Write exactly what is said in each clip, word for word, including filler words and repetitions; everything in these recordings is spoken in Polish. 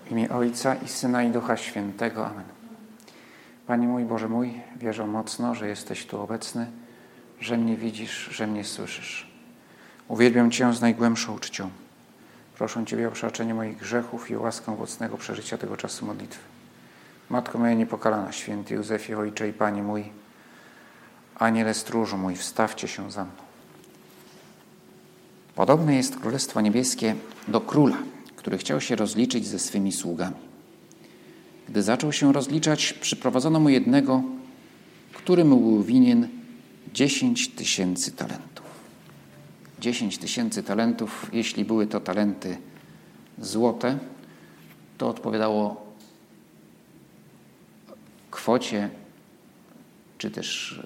W imię Ojca i Syna i Ducha Świętego. Amen. Panie mój, Boże mój, wierzę mocno, że jesteś tu obecny, że mnie widzisz, że mnie słyszysz. Uwielbiam Cię z najgłębszą uczcią. Proszę Ciebie o przebaczenie moich grzechów i o łaskę owocnego przeżycia tego czasu modlitwy. Matko moja niepokalana, święty Józefie, Ojcze i Panie mój, Aniele stróżu mój, wstawcie się za mną. Podobne jest Królestwo Niebieskie do króla, który chciał się rozliczyć ze swymi sługami. Gdy zaczął się rozliczać, przyprowadzono mu jednego, który mu był winien dziesięć tysięcy talentów. Dziesięć tysięcy talentów, jeśli były to talenty złote, to odpowiadało kwocie czy też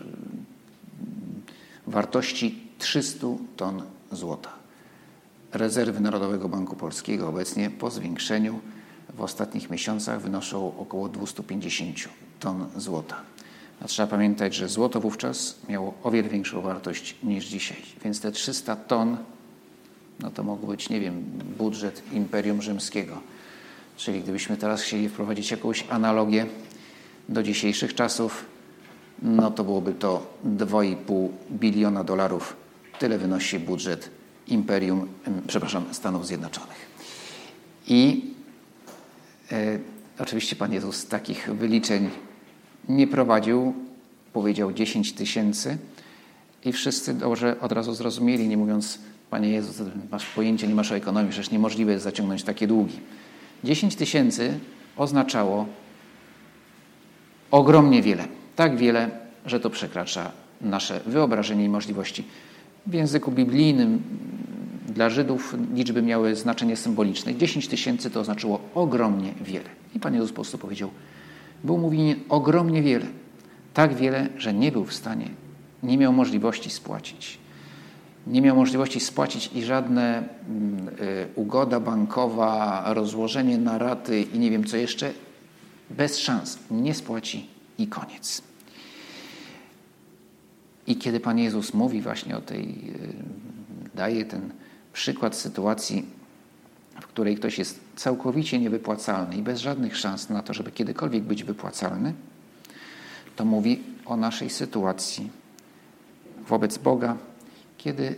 wartości trzysta ton złota. Rezerwy Narodowego Banku Polskiego obecnie po zwiększeniu w ostatnich miesiącach wynoszą około dwieście pięćdziesiąt ton złota. A trzeba pamiętać, że złoto wówczas miało o wiele większą wartość niż dzisiaj. Więc te trzysta ton, no to mógł być, nie wiem, budżet Imperium Rzymskiego. Czyli gdybyśmy teraz chcieli wprowadzić jakąś analogię do dzisiejszych czasów, no to byłoby to dwa i pół biliona dolarów. Tyle wynosi budżet Imperium, przepraszam, Stanów Zjednoczonych. I e, oczywiście Pan Jezus takich wyliczeń nie prowadził. Powiedział dziesięć tysięcy i wszyscy dobrze od razu zrozumieli, nie mówiąc: Panie Jezus, masz pojęcie, nie masz o ekonomii, przecież niemożliwe jest zaciągnąć takie długi. dziesięć tysięcy oznaczało ogromnie wiele. Tak wiele, że to przekracza nasze wyobrażenie i możliwości. W języku biblijnym dla Żydów liczby miały znaczenie symboliczne. dziesięć tysięcy to oznaczyło ogromnie wiele. I Pan Jezus po prostu powiedział, był mu winien ogromnie wiele. Tak wiele, że nie był w stanie, nie miał możliwości spłacić. Nie miał możliwości spłacić i żadne y, ugoda bankowa, rozłożenie na raty i nie wiem co jeszcze, bez szans nie spłaci i koniec. I kiedy Pan Jezus mówi właśnie o tej, daje ten przykład sytuacji, w której ktoś jest całkowicie niewypłacalny i bez żadnych szans na to, żeby kiedykolwiek być wypłacalny, to mówi o naszej sytuacji wobec Boga, kiedy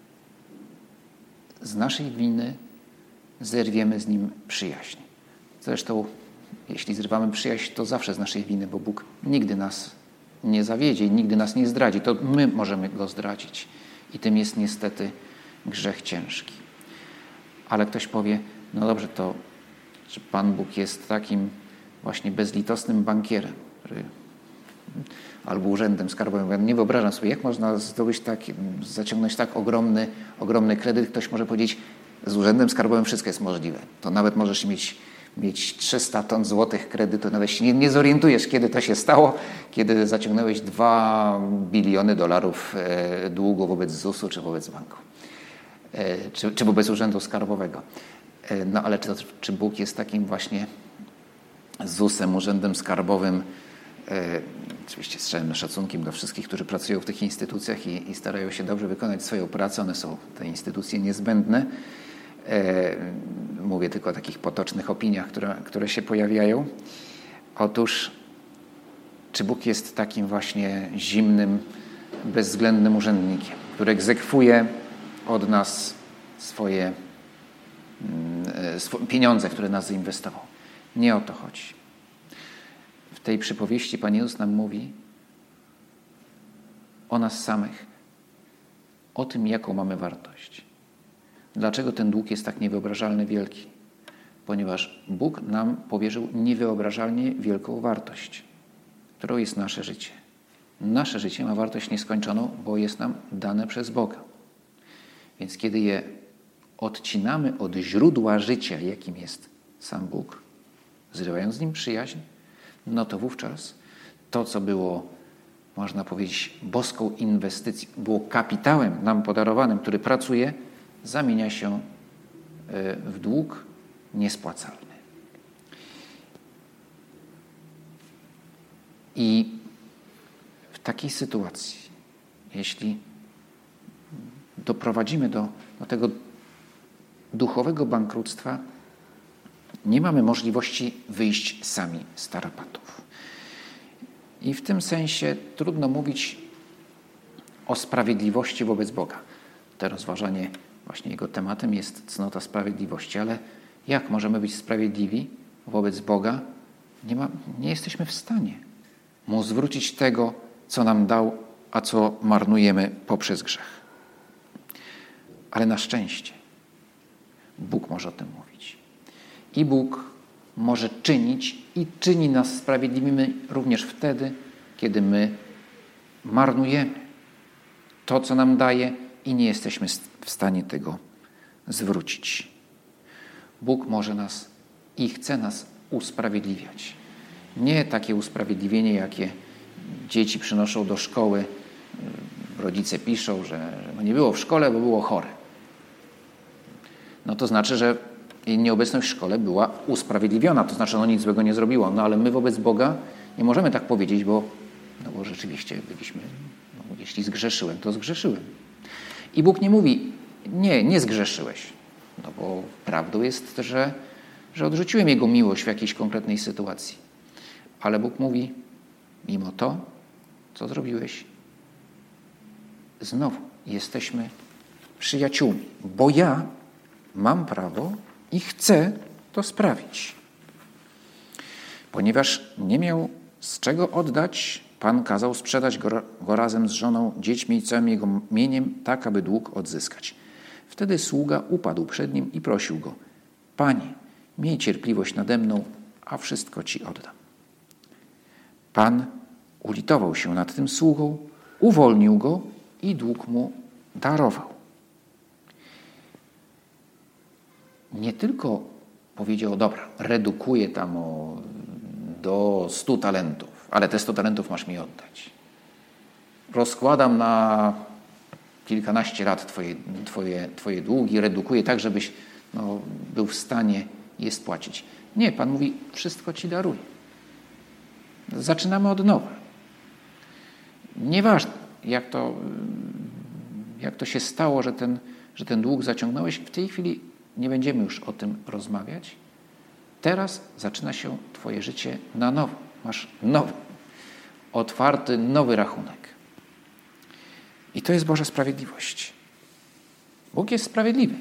z naszej winy zerwiemy z Nim przyjaźń. Zresztą, jeśli zrywamy przyjaźń, to zawsze z naszej winy, bo Bóg nigdy nas nie zawiedzie i nigdy nas nie zdradzi. To my możemy Go zdradzić. I tym jest niestety grzech ciężki. Ale ktoś powie, no dobrze, to czy Pan Bóg jest takim właśnie bezlitosnym bankierem, który, albo urzędem skarbowym. Ja nie wyobrażam sobie, jak można zdobyć tak, zaciągnąć tak ogromny, ogromny kredyt. Ktoś może powiedzieć, z urzędem skarbowym wszystko jest możliwe. To nawet możesz mieć mieć trzysta ton złotych kredytu, nawet się nie, nie zorientujesz, kiedy to się stało, kiedy zaciągnąłeś dwa biliony dolarów e, długu wobec zusu czy wobec banku, e, czy, czy wobec urzędu skarbowego. E, no ale czy, czy Bóg jest takim właśnie zusem, urzędem skarbowym, e, oczywiście z całym szacunkiem do wszystkich, którzy pracują w tych instytucjach i, i starają się dobrze wykonać swoją pracę, one są, te instytucje, niezbędne. Mówię tylko o takich potocznych opiniach, które, które się pojawiają. Otóż, czy Bóg jest takim właśnie zimnym, bezwzględnym urzędnikiem, który egzekwuje od nas swoje sw- pieniądze, które nas zainwestował? Nie o to chodzi. W tej przypowieści Pan Jezus nam mówi o nas samych, o tym, jaką mamy wartość. Dlaczego ten dług jest tak niewyobrażalnie wielki? Ponieważ Bóg nam powierzył niewyobrażalnie wielką wartość, którą jest nasze życie. Nasze życie ma wartość nieskończoną, bo jest nam dane przez Boga. Więc kiedy je odcinamy od źródła życia, jakim jest sam Bóg, zrywając z Nim przyjaźń, no to wówczas to, co było, można powiedzieć, boską inwestycją, było kapitałem nam podarowanym, który pracuje, zamienia się w dług niespłacalny. I w takiej sytuacji, jeśli doprowadzimy do, do tego duchowego bankructwa, nie mamy możliwości wyjść sami z tarapatów. I w tym sensie trudno mówić o sprawiedliwości wobec Boga. To rozważanie, właśnie jego tematem jest cnota sprawiedliwości, ale jak możemy być sprawiedliwi wobec Boga? Nie, ma, nie jesteśmy w stanie Mu zwrócić tego, co nam dał, a co marnujemy poprzez grzech. Ale na szczęście Bóg może o tym mówić. I Bóg może czynić i czyni nas sprawiedliwymi również wtedy, kiedy my marnujemy to, co nam daje i nie jesteśmy w stanie tego zwrócić. Bóg może nas i chce nas usprawiedliwiać. Nie takie usprawiedliwienie, jakie dzieci przynoszą do szkoły. Rodzice piszą, że no nie było w szkole, bo było chore. No to znaczy, że jej nieobecność w szkole była usprawiedliwiona. To znaczy, ono nic złego nie zrobiło. No ale my wobec Boga nie możemy tak powiedzieć, bo, no bo rzeczywiście byliśmy, no jeśli zgrzeszyłem, to zgrzeszyłem. I Bóg nie mówi, nie, nie zgrzeszyłeś. No bo prawdą jest, że, że odrzuciłem Jego miłość w jakiejś konkretnej sytuacji. Ale Bóg mówi, mimo to, co zrobiłeś, znowu jesteśmy przyjaciółmi, bo ja mam prawo i chcę to sprawić. Ponieważ nie miał z czego oddać, Pan kazał sprzedać go, go razem z żoną, dziećmi i całym jego mieniem, tak aby dług odzyskać. Wtedy sługa upadł przed nim i prosił go, Panie, miej cierpliwość nade mną, a wszystko Ci oddam. Pan ulitował się nad tym sługą, uwolnił go i dług mu darował. Nie tylko powiedział, dobra, redukuję tam o, do stu talentów, ale te sto talentów masz mi oddać. Rozkładam na kilkanaście lat twoje, twoje, twoje długi, redukuję tak, żebyś no, był w stanie je spłacić. Nie, Pan mówi, wszystko Ci daruję. Zaczynamy od nowa. Nieważne, jak to, jak to się stało, że ten, że ten dług zaciągnąłeś, w tej chwili nie będziemy już o tym rozmawiać. Teraz zaczyna się Twoje życie na nowo. Masz nowy, otwarty, nowy rachunek. I to jest Boża sprawiedliwość. Bóg jest sprawiedliwy.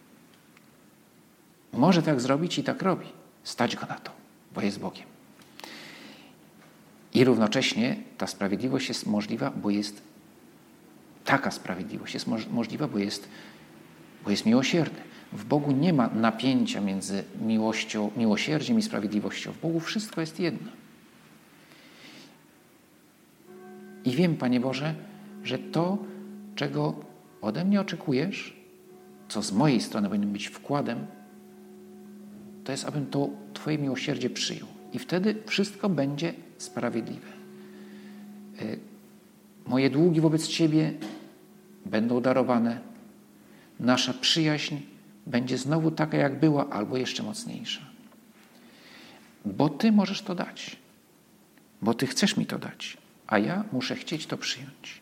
Może tak zrobić i tak robi. Stać Go na to, bo jest Bogiem. I równocześnie ta sprawiedliwość jest możliwa, bo jest taka sprawiedliwość jest możliwa, bo jest, bo jest miłosierny. W Bogu nie ma napięcia między miłością, miłosierdziem i sprawiedliwością. W Bogu wszystko jest jedno. I wiem, Panie Boże, że to, czego ode mnie oczekujesz, co z mojej strony powinno być wkładem, to jest, abym to Twoje miłosierdzie przyjął. I wtedy wszystko będzie sprawiedliwe. Moje długi wobec Ciebie będą darowane. Nasza przyjaźń będzie znowu taka, jak była, albo jeszcze mocniejsza. Bo Ty możesz to dać. Bo Ty chcesz mi to dać. A ja muszę chcieć to przyjąć.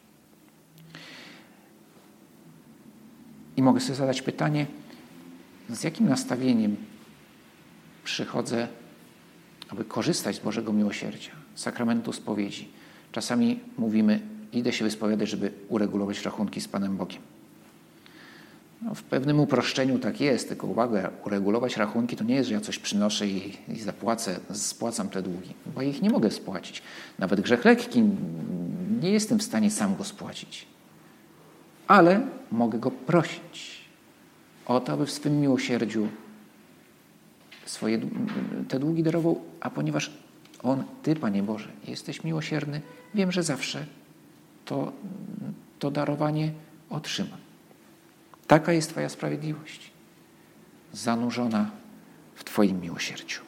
I mogę sobie zadać pytanie, z jakim nastawieniem przychodzę, aby korzystać z Bożego miłosierdzia, sakramentu spowiedzi. Czasami mówimy, idę się wyspowiadać, żeby uregulować rachunki z Panem Bogiem. No, w pewnym uproszczeniu tak jest, tylko uwaga, uregulować rachunki to nie jest, że ja coś przynoszę i, i zapłacę, spłacam te długi, bo ich nie mogę spłacić. Nawet grzech lekki nie jestem w stanie sam go spłacić. Ale mogę go prosić o to, aby w swym miłosierdziu swoje te długi darował, a ponieważ On, Ty, Panie Boże, jesteś miłosierny, wiem, że zawsze to, to darowanie otrzymam. Taka jest Twoja sprawiedliwość, zanurzona w Twoim miłosierdziu.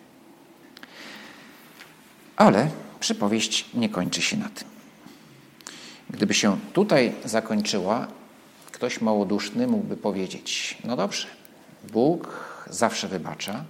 Ale przypowieść nie kończy się na tym. Gdyby się tutaj zakończyła, ktoś małoduszny mógłby powiedzieć, no dobrze, Bóg zawsze wybacza,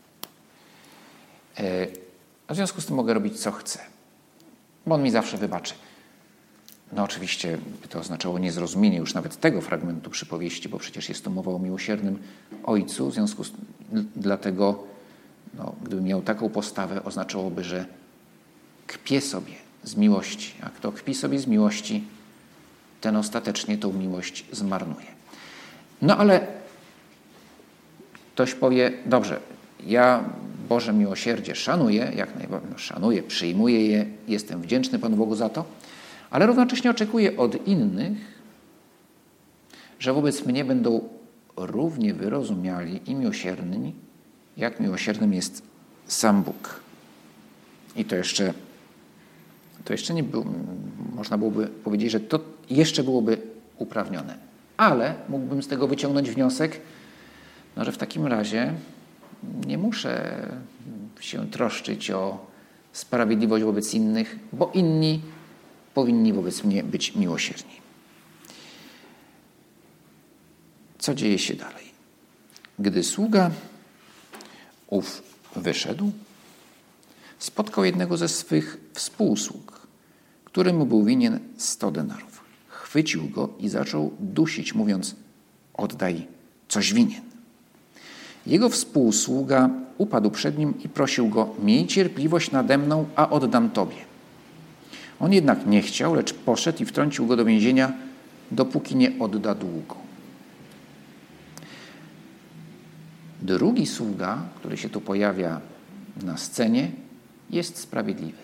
a w związku z tym mogę robić, co chcę, bo On mi zawsze wybaczy. No oczywiście by to oznaczało niezrozumienie już nawet tego fragmentu przypowieści, bo przecież jest to mowa o miłosiernym Ojcu, w związku z dlatego no, gdyby miał taką postawę, oznaczałoby, że kpie sobie z miłości. A kto kpi sobie z miłości, ten ostatecznie tą miłość zmarnuje. No ale ktoś powie, dobrze, ja Boże miłosierdzie szanuję, jak najbardziej no, szanuję, przyjmuję je, jestem wdzięczny Panu Bogu za to, ale równocześnie oczekuję od innych, że wobec mnie będą równie wyrozumiali i miłosierni, jak miłosiernym jest sam Bóg. I to jeszcze, to jeszcze nie było, można byłoby powiedzieć, że to jeszcze byłoby uprawnione. Ale mógłbym z tego wyciągnąć wniosek, no, że w takim razie nie muszę się troszczyć o sprawiedliwość wobec innych, bo inni powinni wobec mnie być miłosierni. Co dzieje się dalej? Gdy sługa ów wyszedł, spotkał jednego ze swych współsług, któremu był winien sto denarów. Chwycił go i zaczął dusić, mówiąc: oddaj, coś winien. Jego współsługa upadł przed nim i prosił go: miej cierpliwość nade mną, a oddam tobie. On jednak nie chciał, lecz poszedł i wtrącił go do więzienia, dopóki nie odda długu. Drugi sługa, który się tu pojawia na scenie, jest sprawiedliwy.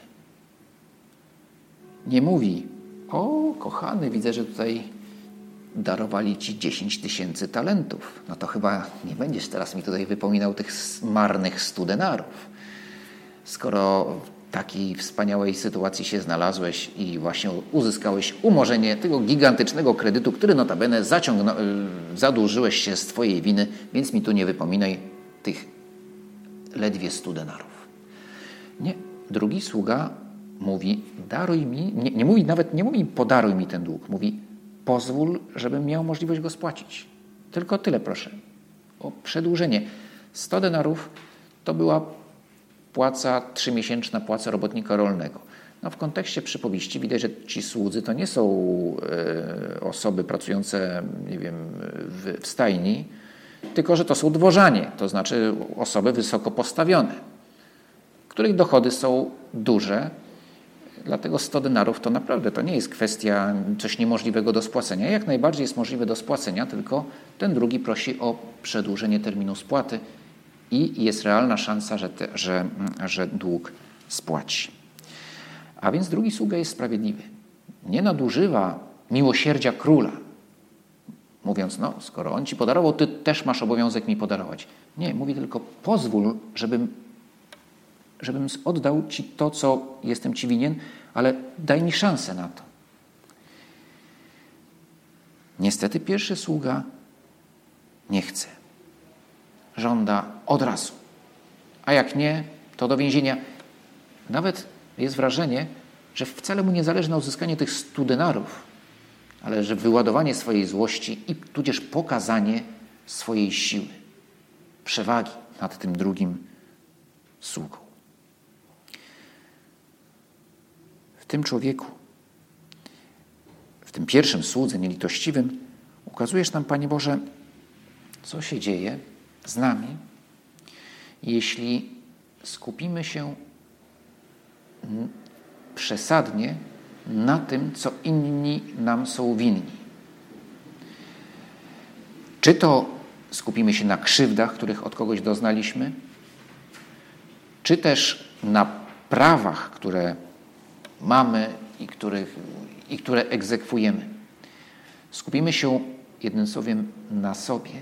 Nie mówi: o, kochany, widzę, że tutaj darowali ci dziesięć tysięcy talentów. No to chyba nie będziesz teraz mi tutaj wypominał tych marnych stu denarów. Skoro w takiej wspaniałej sytuacji się znalazłeś i właśnie uzyskałeś umorzenie tego gigantycznego kredytu, który notabene zaciągno, zadłużyłeś się z twojej winy, więc mi tu nie wypominaj tych ledwie stu denarów. Nie. Drugi sługa mówi: daruj mi, nie, nie mówi nawet, nie mówi podaruj mi ten dług, mówi: pozwól, żebym miał możliwość go spłacić. Tylko tyle proszę, o przedłużenie. sto denarów to była płaca, trzymiesięczna płaca robotnika rolnego. No w kontekście przypowieści widać, że ci słudzy to nie są e, osoby pracujące, nie wiem, w, w stajni, tylko że to są dworzanie, to znaczy osoby wysoko postawione, których dochody są duże. Dlatego sto denarów to naprawdę to nie jest kwestia coś niemożliwego do spłacenia. Jak najbardziej jest możliwe do spłacenia, tylko ten drugi prosi o przedłużenie terminu spłaty i jest realna szansa, że, te, że, że dług spłaci. A więc drugi sługa jest sprawiedliwy. Nie nadużywa miłosierdzia króla, mówiąc: no, skoro on ci podarował, ty też masz obowiązek mi podarować. Nie, mówi tylko: pozwól, żebym żebym oddał ci to, co jestem ci winien, ale daj mi szansę na to. Niestety pierwszy sługa nie chce. Żąda od razu. A jak nie, to do więzienia. Nawet jest wrażenie, że wcale mu nie zależy na uzyskaniu tych stu denarów, ale że wyładowanie swojej złości i tudzież pokazanie swojej siły, przewagi nad tym drugim sługą. W tym człowieku, w tym pierwszym słudze nielitościwym ukazujesz nam, Panie Boże, co się dzieje z nami, jeśli skupimy się przesadnie na tym, co inni nam są winni. Czy to skupimy się na krzywdach, których od kogoś doznaliśmy, czy też na prawach, które mamy i, których, i które egzekwujemy. Skupimy się jednym słowem na sobie.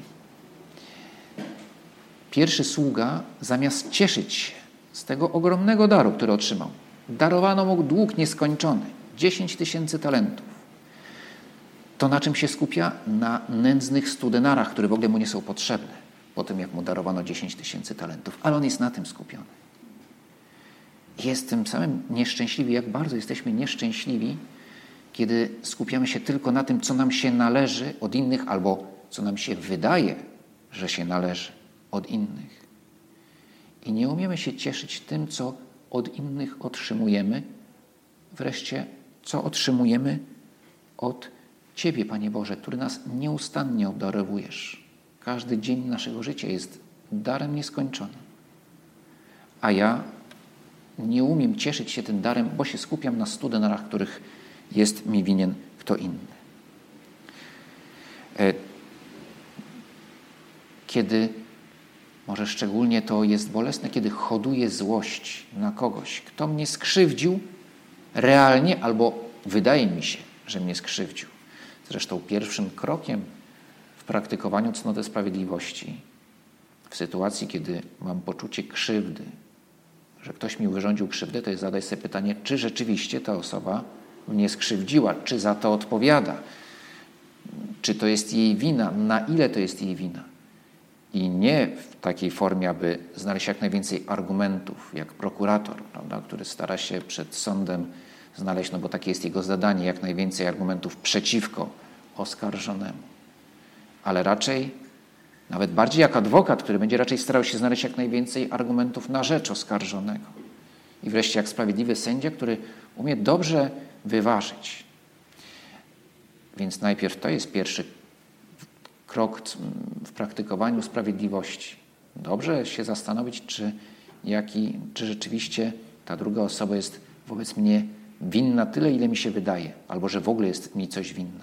Pierwszy sługa, zamiast cieszyć się z tego ogromnego daru, który otrzymał, darowano mu dług nieskończony, dziesięć tysięcy talentów. To na czym się skupia? Na nędznych stu denarach, które w ogóle mu nie są potrzebne, po tym jak mu darowano dziesięć tysięcy talentów. Ale on jest na tym skupiony. Jest tym samym nieszczęśliwi, jak bardzo jesteśmy nieszczęśliwi, kiedy skupiamy się tylko na tym, co nam się należy od innych, albo co nam się wydaje, że się należy od innych. I nie umiemy się cieszyć tym, co od innych otrzymujemy, wreszcie co otrzymujemy od Ciebie, Panie Boże, który nas nieustannie obdarowujesz. Każdy dzień naszego życia jest darem nieskończonym. a ja nie umiem cieszyć się tym darem, bo się skupiam na stu denarach, których jest mi winien kto inny. Kiedy, może szczególnie to jest bolesne, kiedy hoduję złość na kogoś, kto mnie skrzywdził realnie, albo wydaje mi się, że mnie skrzywdził. Zresztą pierwszym krokiem w praktykowaniu cnoty sprawiedliwości, w sytuacji, kiedy mam poczucie krzywdy, że ktoś mi wyrządził krzywdę, to jest zadać sobie pytanie, czy rzeczywiście ta osoba mnie skrzywdziła, czy za to odpowiada, czy to jest jej wina, na ile to jest jej wina. I nie w takiej formie, aby znaleźć jak najwięcej argumentów, jak prokurator, prawda, który stara się przed sądem znaleźć, no bo takie jest jego zadanie, jak najwięcej argumentów przeciwko oskarżonemu. Ale raczej, nawet bardziej jak adwokat, który będzie raczej starał się znaleźć jak najwięcej argumentów na rzecz oskarżonego. I wreszcie jak sprawiedliwy sędzia, który umie dobrze wyważyć. Więc najpierw to jest pierwszy krok w praktykowaniu sprawiedliwości. Dobrze się zastanowić, czy, jaki, czy rzeczywiście ta druga osoba jest wobec mnie winna tyle, ile mi się wydaje, albo że w ogóle jest mi coś winna.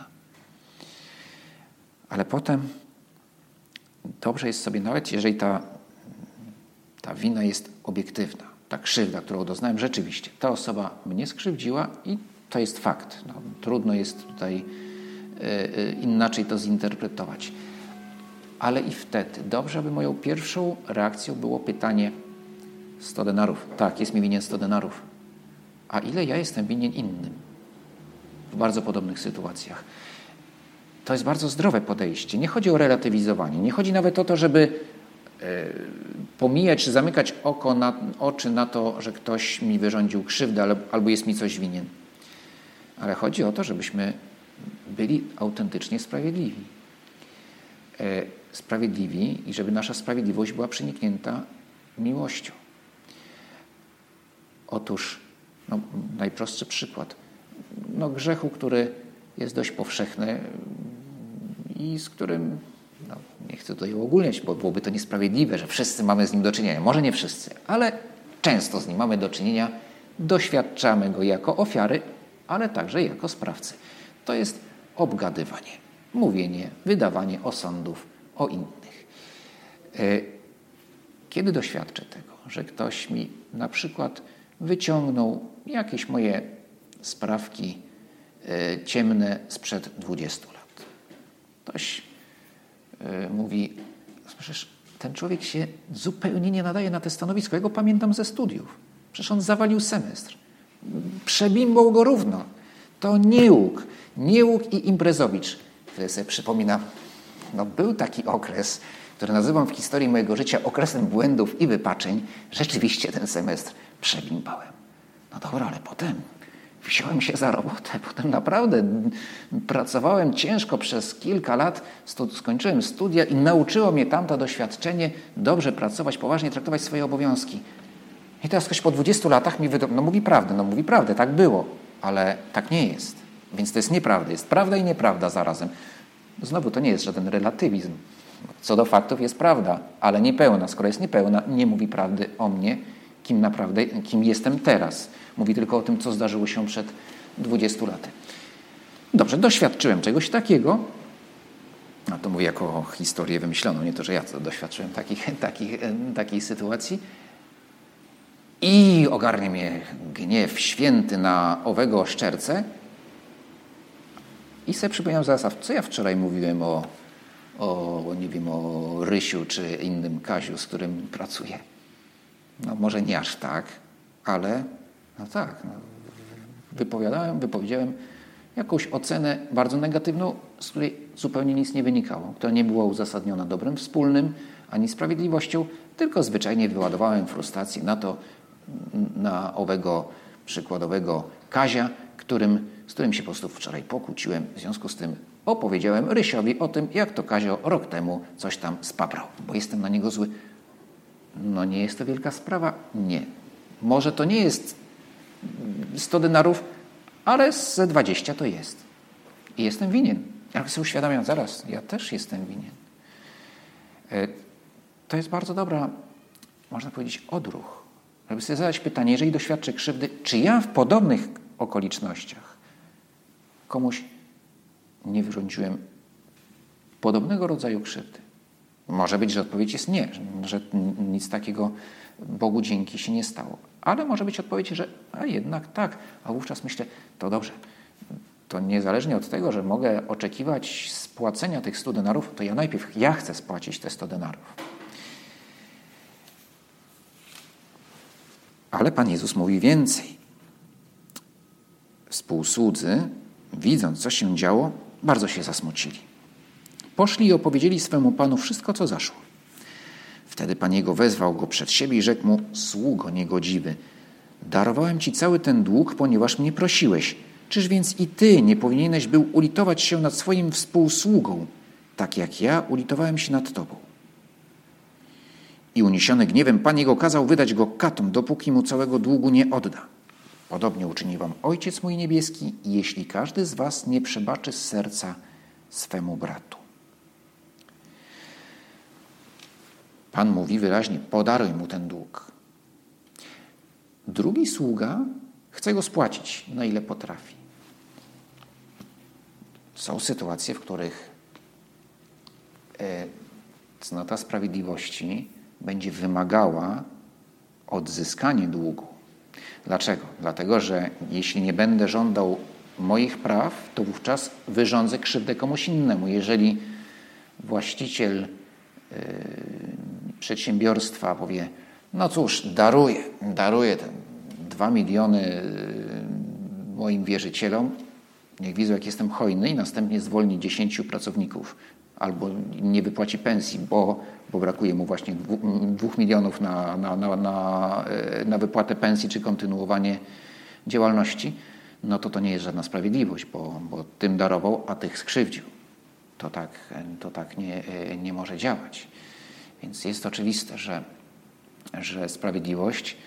Ale potem dobrze jest sobie, nawet jeżeli ta, ta wina jest obiektywna, ta krzywda, którą doznałem, rzeczywiście, ta osoba mnie skrzywdziła i to jest fakt. No, trudno jest tutaj y, inaczej to zinterpretować. Ale i wtedy dobrze, aby moją pierwszą reakcją było pytanie sto denarów. Tak, jest mi winien sto denarów. A ile ja jestem winien innym? W bardzo podobnych sytuacjach. To jest bardzo zdrowe podejście. Nie chodzi o relatywizowanie. Nie chodzi nawet o to, żeby e, pomijać czy zamykać oko na, oczy na to, że ktoś mi wyrządził krzywdę ale, albo jest mi coś winien. Ale chodzi o to, żebyśmy byli autentycznie sprawiedliwi. E, sprawiedliwi i żeby nasza sprawiedliwość była przeniknięta miłością. Otóż no, najprostszy przykład. No, grzechu, który jest dość powszechny i z którym, no, nie chcę tutaj uogólniać, bo byłoby to niesprawiedliwe, że wszyscy mamy z nim do czynienia. Może nie wszyscy, ale często z nim mamy do czynienia. Doświadczamy go jako ofiary, ale także jako sprawcy. To jest obgadywanie, mówienie, wydawanie osądów o innych. Kiedy doświadczę tego, że ktoś mi na przykład wyciągnął jakieś moje sprawki y, ciemne sprzed dwudziestu lat. Ktoś y, mówi, przecież ten człowiek się zupełnie nie nadaje na te stanowisko. Ja go pamiętam ze studiów. Przecież on zawalił semestr. Przebimbał go równo. To niełuk. Niełuk i imprezowicz. Wtedy sobie przypominam, no był taki okres, który nazywam w historii mojego życia okresem błędów i wypaczeń. Rzeczywiście ten semestr przebimbałem. No dobra, ale potem wziąłem się za robotę. Potem naprawdę pracowałem ciężko przez kilka lat. Skończyłem studia i nauczyło mnie tamto doświadczenie dobrze pracować, poważnie traktować swoje obowiązki. I teraz ktoś po dwudziestu latach mi wyda... no mówi prawdę, no mówi prawdę, tak było. Ale tak nie jest. Więc to jest nieprawda. Jest prawda i nieprawda zarazem. Znowu to nie jest żaden relatywizm. Co do faktów jest prawda, ale niepełna. Skoro jest niepełna, nie mówi prawdy o mnie, kim naprawdę, kim jestem teraz. Mówi tylko o tym, co zdarzyło się przed dwudziestu laty. Dobrze, doświadczyłem czegoś takiego. A to mówię jako historię wymyśloną, nie to, że ja doświadczyłem takich, takich, takiej sytuacji. I ogarnie mnie gniew święty na owego oszczercę. I sobie przypomniałem zaraz, co ja wczoraj mówiłem o, o, nie wiem, o Rysiu czy innym Kaziu, z którym pracuję. No może nie aż tak, ale no tak. No, wypowiadałem, wypowiedziałem jakąś ocenę bardzo negatywną, z której zupełnie nic nie wynikało, która nie była uzasadniona dobrem wspólnym ani sprawiedliwością, tylko zwyczajnie wyładowałem frustrację na to, na owego przykładowego Kazia, którym, z którym się po prostu wczoraj pokłóciłem. W związku z tym opowiedziałem Rysiowi o tym, jak to Kazio rok temu coś tam spaprał, bo jestem na niego zły. No nie jest to wielka sprawa? Nie. Może to nie jest sto denarów, ale ze dwadzieścia to jest. I jestem winien. Jak sobie uświadamiam, zaraz, ja też jestem winien. To jest bardzo dobra, można powiedzieć, odruch Żeby sobie zadać pytanie, jeżeli doświadczę krzywdy, czy ja w podobnych okolicznościach komuś nie wyrządziłem podobnego rodzaju krzywdy? Może być, że odpowiedź jest nie, że nic takiego Bogu dzięki się nie stało. Ale może być odpowiedź, że a jednak tak. A wówczas myślę, to dobrze. To niezależnie od tego, że mogę oczekiwać spłacenia tych stu denarów, to ja najpierw ja chcę spłacić te sto denarów. Ale Pan Jezus mówi więcej. Współsłudzy, widząc, co się działo, bardzo się zasmucili. Poszli i opowiedzieli swemu Panu wszystko, co zaszło. Wtedy Pan Jego wezwał go przed siebie i rzekł mu: sługo niegodziwy, darowałem Ci cały ten dług, ponieważ mnie prosiłeś. Czyż więc i Ty nie powinieneś był ulitować się nad swoim współsługą, tak jak ja ulitowałem się nad Tobą? I uniesiony gniewem Pan Jego kazał wydać go katom, dopóki mu całego długu nie odda. Podobnie uczyni wam Ojciec mój niebieski, jeśli każdy z was nie przebaczy z serca swemu bratu. Pan mówi wyraźnie: podaruj mu ten dług. Drugi sługa chce go spłacić, na ile potrafi. Są sytuacje, w których cnota sprawiedliwości będzie wymagała odzyskania długu. Dlaczego? Dlatego, że jeśli nie będę żądał moich praw, to wówczas wyrządzę krzywdę komuś innemu. Jeżeli właściciel yy, przedsiębiorstwa powie: no cóż, daruję, daruję te dwa miliony yy, moim wierzycielom, niech widzą, jak jestem hojny, i następnie zwolni dziesięciu pracowników albo nie wypłaci pensji, bo, bo brakuje mu właśnie dwóch, dwóch milionów na, na, na, na, na wypłatę pensji czy kontynuowanie działalności, no to to nie jest żadna sprawiedliwość, bo, bo tym darował, a tych skrzywdził. To tak, to tak nie, nie może działać. Więc jest oczywiste, że, że sprawiedliwość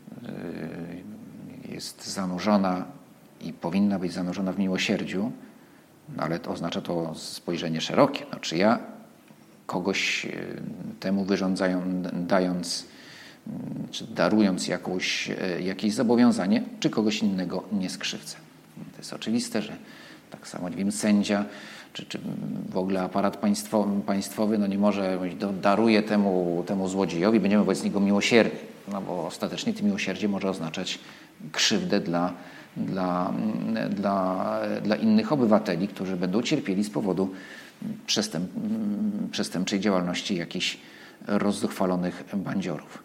jest zanurzona i powinna być zanurzona w miłosierdziu, no ale to oznacza to spojrzenie szerokie. No, czy ja kogoś temu wyrządzając, dając, czy darując jakąś, jakieś zobowiązanie, czy kogoś innego nie skrzywdzę? To jest oczywiste, że tak samo, nie wiem, sędzia, czy, czy w ogóle aparat państwo, państwowy no nie może mówić: daruję temu, temu złodziejowi, będziemy wobec niego miłosierni. No bo ostatecznie to miłosierdzie może oznaczać krzywdę dla Dla, dla, dla innych obywateli, którzy będą cierpieli z powodu przestęp, przestępczej działalności jakichś rozzuchwalonych bandziorów.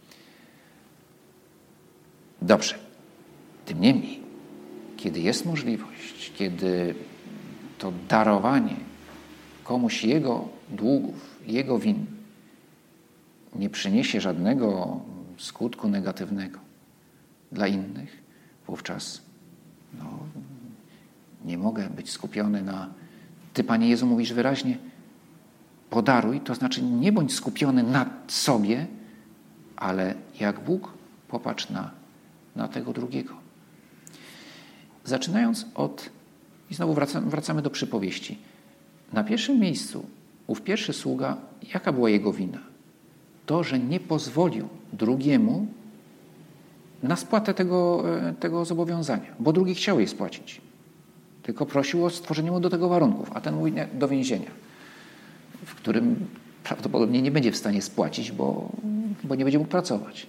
Dobrze. Tym niemniej, kiedy jest możliwość, kiedy to darowanie komuś jego długów, jego win nie przyniesie żadnego skutku negatywnego dla innych, wówczas no, nie mogę być skupiony na... Ty, Panie Jezu, mówisz wyraźnie: podaruj, to znaczy nie bądź skupiony na sobie, ale jak Bóg, popatrz na, na tego drugiego. Zaczynając od... I znowu wracamy, wracamy do przypowieści. Na pierwszym miejscu ów pierwszy sługa, jaka była jego wina? To, że nie pozwolił drugiemu na spłatę tego, tego zobowiązania, bo drugi chciał je spłacić. Tylko prosił o stworzenie mu do tego warunków, a ten mówi: nie, do więzienia, w którym prawdopodobnie nie będzie w stanie spłacić, bo, bo nie będzie mógł pracować.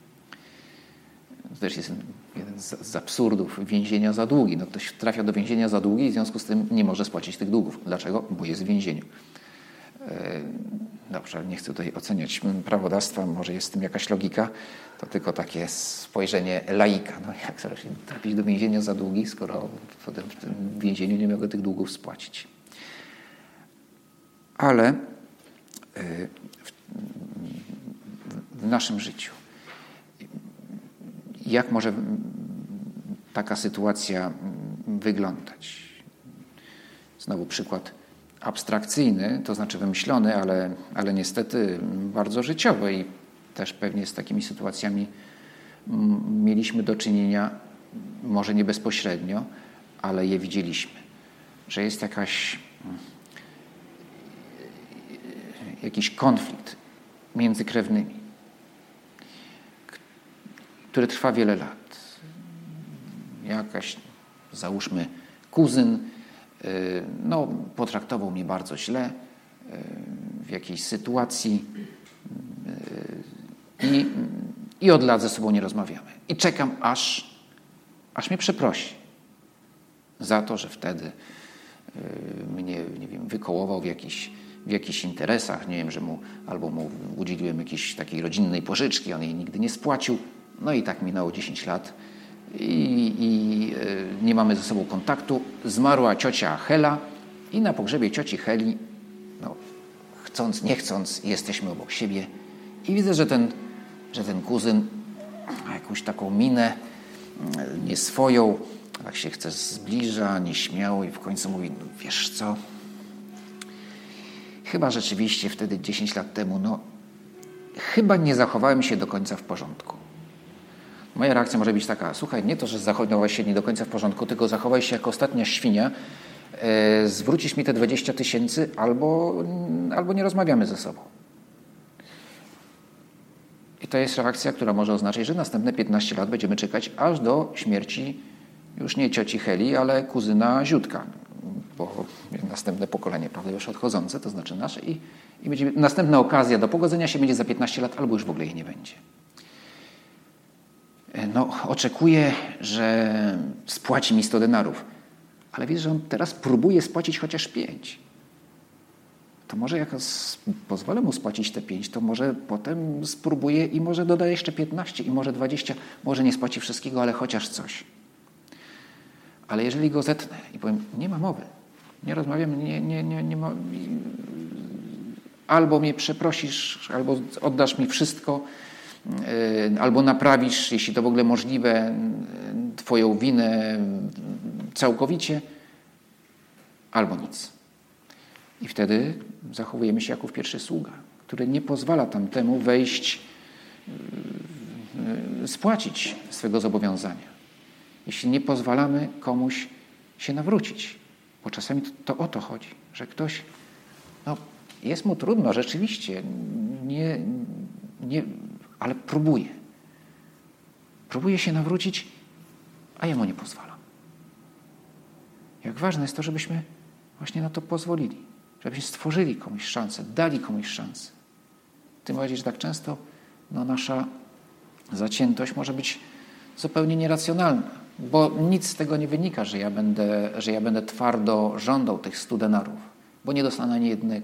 To też jest jeden z, z absurdów więzienia za długi. No, ktoś trafia do więzienia za długi i w związku z tym nie może spłacić tych długów. Dlaczego? Bo jest w więzieniu. Dobrze, nie chcę tutaj oceniać prawodawstwa, może jest w tym jakaś logika, to tylko takie spojrzenie laika. No jak zaraz trafić do więzienia za długi, skoro potem w tym więzieniu nie mogę tych długów spłacić. Ale w, w naszym życiu, jak może taka sytuacja wyglądać? Znowu przykład abstrakcyjny, to znaczy wymyślony, ale, ale niestety bardzo życiowy, i też pewnie z takimi sytuacjami mieliśmy do czynienia, może nie bezpośrednio, ale je widzieliśmy, że jest jakaś, jakiś konflikt między krewnymi. który trwa wiele lat. Jakaś, załóżmy, kuzyn no, potraktował mnie bardzo źle w jakiejś sytuacji i, i od lat ze sobą nie rozmawiamy. I czekam, aż, aż mnie przeprosi za to, że wtedy mnie, nie wiem, wykołował w jakichś, w jakichś interesach, nie wiem, że mu albo mu udzieliłem jakiejś takiej rodzinnej pożyczki, on jej nigdy nie spłacił. No i tak minęło dziesięć lat i, i nie mamy ze sobą kontaktu. Zmarła ciocia Hela i na pogrzebie cioci Heli, no, chcąc, nie chcąc, jesteśmy obok siebie i widzę, że ten, że ten kuzyn ma jakąś taką minę nieswoją, tak się chce zbliża, nieśmiało i w końcu mówi, no, wiesz co, chyba rzeczywiście wtedy dziesięć lat temu, no chyba nie zachowałem się do końca w porządku. Moja reakcja może być taka, słuchaj, nie to, że zachowałeś się nie do końca w porządku, tylko zachowałeś się jako ostatnia świnia, e, zwrócisz mi te dwadzieścia tysięcy albo, albo nie rozmawiamy ze sobą. I to jest reakcja, która może oznaczać, że następne piętnaście lat będziemy czekać aż do śmierci już nie cioci Heli, ale kuzyna Ziutka, bo następne pokolenie, prawda, już odchodzące, to znaczy nasze i, i będzie następna okazja do pogodzenia się będzie za piętnaście lat, albo już w ogóle jej nie będzie. No, oczekuję, że spłaci mi sto denarów, ale widzę, że on teraz próbuje spłacić chociaż pięć. To może jak pozwolę mu spłacić te pięć, to może potem spróbuję i może doda jeszcze piętnaście i może dwadzieścia, może nie spłaci wszystkiego, ale chociaż coś. Ale jeżeli go zetnę i powiem, nie ma mowy, nie rozmawiamy, nie, nie, nie, nie ma, albo mnie przeprosisz, albo oddasz mi wszystko, albo naprawisz, jeśli to w ogóle możliwe, twoją winę całkowicie, albo nic. I wtedy zachowujemy się jako w pierwszy sługa, który nie pozwala tamtemu wejść, spłacić swego zobowiązania. Jeśli nie pozwalamy komuś się nawrócić, bo czasami to, to o to chodzi, że ktoś, no jest mu trudno, rzeczywiście, nie, nie, ale próbuje. Próbuje się nawrócić, a ja mu nie pozwalam. Jak ważne jest to, żebyśmy właśnie na to pozwolili, żebyśmy stworzyli komuś szansę, dali komuś szansę. Tym bardziej, że tak często no, nasza zaciętość może być zupełnie nieracjonalna, bo nic z tego nie wynika, że ja będę, że ja będę twardo żądał tych stu denarów, bo nie dostanę ani jednego.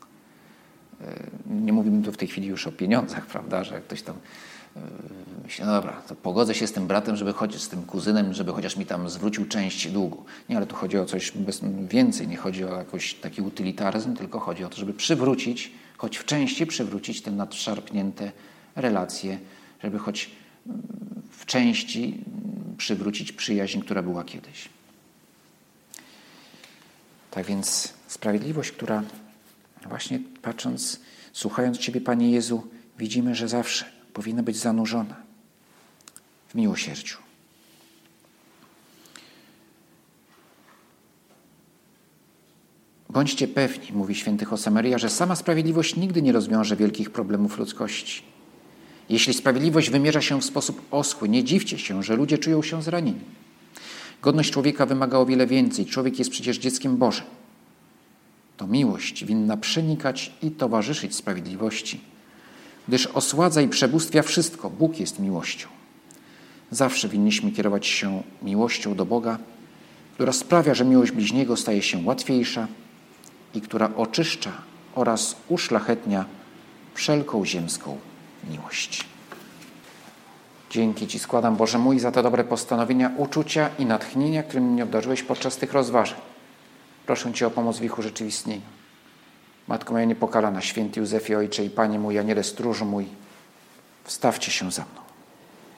Nie mówimy tu w tej chwili już o pieniądzach, prawda, że ktoś tam myśli, no dobra, to pogodzę się z tym bratem, żeby chodzić z tym kuzynem, żeby chociaż mi tam zwrócił część długu. Nie, ale tu chodzi o coś bez, więcej, nie chodzi o jakiś taki utylitaryzm, tylko chodzi o to, żeby przywrócić, choć w części przywrócić te nadszarpnięte relacje, żeby choć w części przywrócić przyjaźń, która była kiedyś. Tak więc sprawiedliwość, która właśnie patrząc, słuchając Ciebie, Panie Jezu, widzimy, że zawsze powinna być zanurzona w miłosierdziu. Bądźcie pewni, mówi święty Josemaria, że sama sprawiedliwość nigdy nie rozwiąże wielkich problemów ludzkości. Jeśli sprawiedliwość wymierza się w sposób oschły, nie dziwcie się, że ludzie czują się zranieni. Godność człowieka wymaga o wiele więcej. Człowiek jest przecież dzieckiem Bożym. To miłość winna przenikać i towarzyszyć sprawiedliwości, gdyż osładza i przebóstwia wszystko. Bóg jest miłością. Zawsze winniśmy kierować się miłością do Boga, która sprawia, że miłość bliźniego staje się łatwiejsza i która oczyszcza oraz uszlachetnia wszelką ziemską miłość. Dzięki Ci składam, Boże mój, za te dobre postanowienia, uczucia i natchnienia, którymi mnie obdarzyłeś podczas tych rozważań. Proszę Cię o pomoc w ich urzeczywistnieniu. Matko moja niepokalana, święty Józefie, Ojcze i Panie mój, Aniele stróżu mój, wstawcie się za mną.